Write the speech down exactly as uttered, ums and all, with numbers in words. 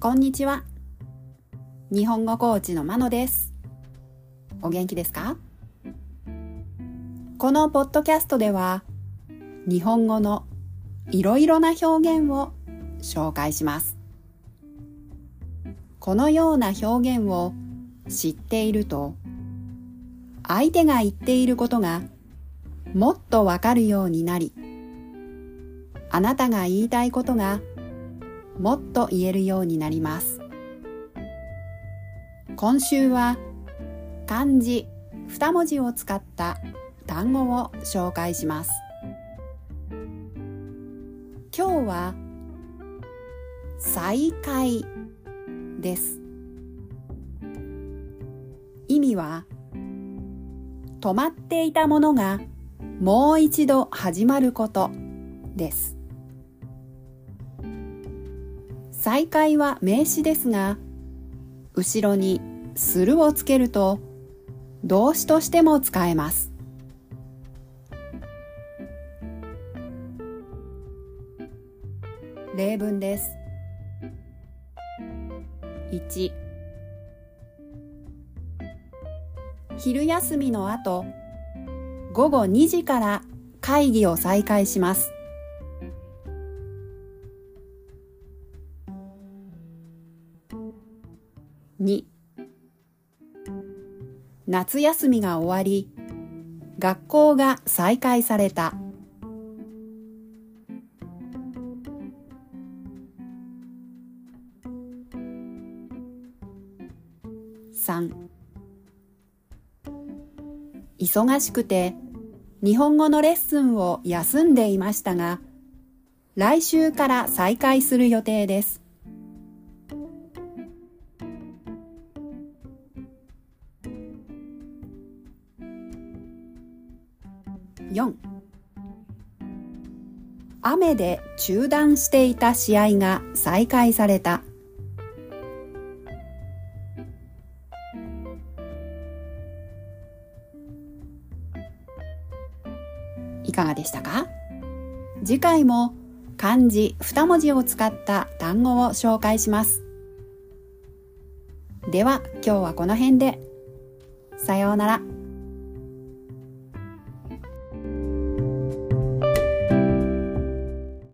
こんにちは。日本語コーチのまのです。お元気ですか？このポッドキャストでは日本語のいろいろな表現を紹介します。このような表現を知っていると、相手が言っていることがもっとわかるようになり、あなたが言いたいことがもっと言えるようになります。今週は漢字に文字を使った単語を紹介します。今日は再開です。意味は止まっていたものがもう一度始まることです。再開は名詞ですが、後ろにするをつけると動詞としても使えます。例文です。いち、昼休みの後、午後にじから会議を再開します。に、夏休みが終わり、学校が再開された。さん、忙しくて日本語のレッスンを休んでいましたが、来週から再開する予定です。よん、雨で中断していた試合が再開された。いかがでしたか？次回も漢字に文字を使った単語を紹介します。では今日はこの辺で。さようなら。